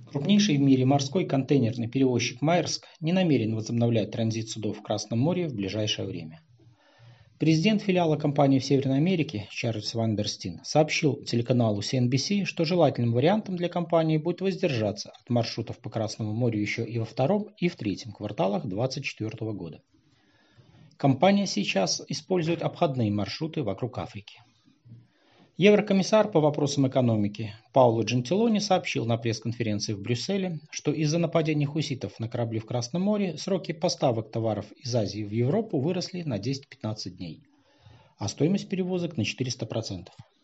Крупнейший в мире морской контейнерный перевозчик Маерск не намерен возобновлять транзит судов в Красном море в ближайшее время. Президент филиала компании в Северной Америке Чарльз Вандерстин сообщил телеканалу CNBC, что желательным вариантом для компании будет воздержаться от маршрутов по Красному морю еще и во втором и в третьем кварталах 2024 года. Компания сейчас использует обходные маршруты вокруг Африки. Еврокомиссар по вопросам экономики Паоло Джентилони сообщил на пресс-конференции в Брюсселе, что из-за нападений хуситов на корабли в Красном море сроки поставок товаров из Азии в Европу выросли на 10-15 дней, а стоимость перевозок на 400%.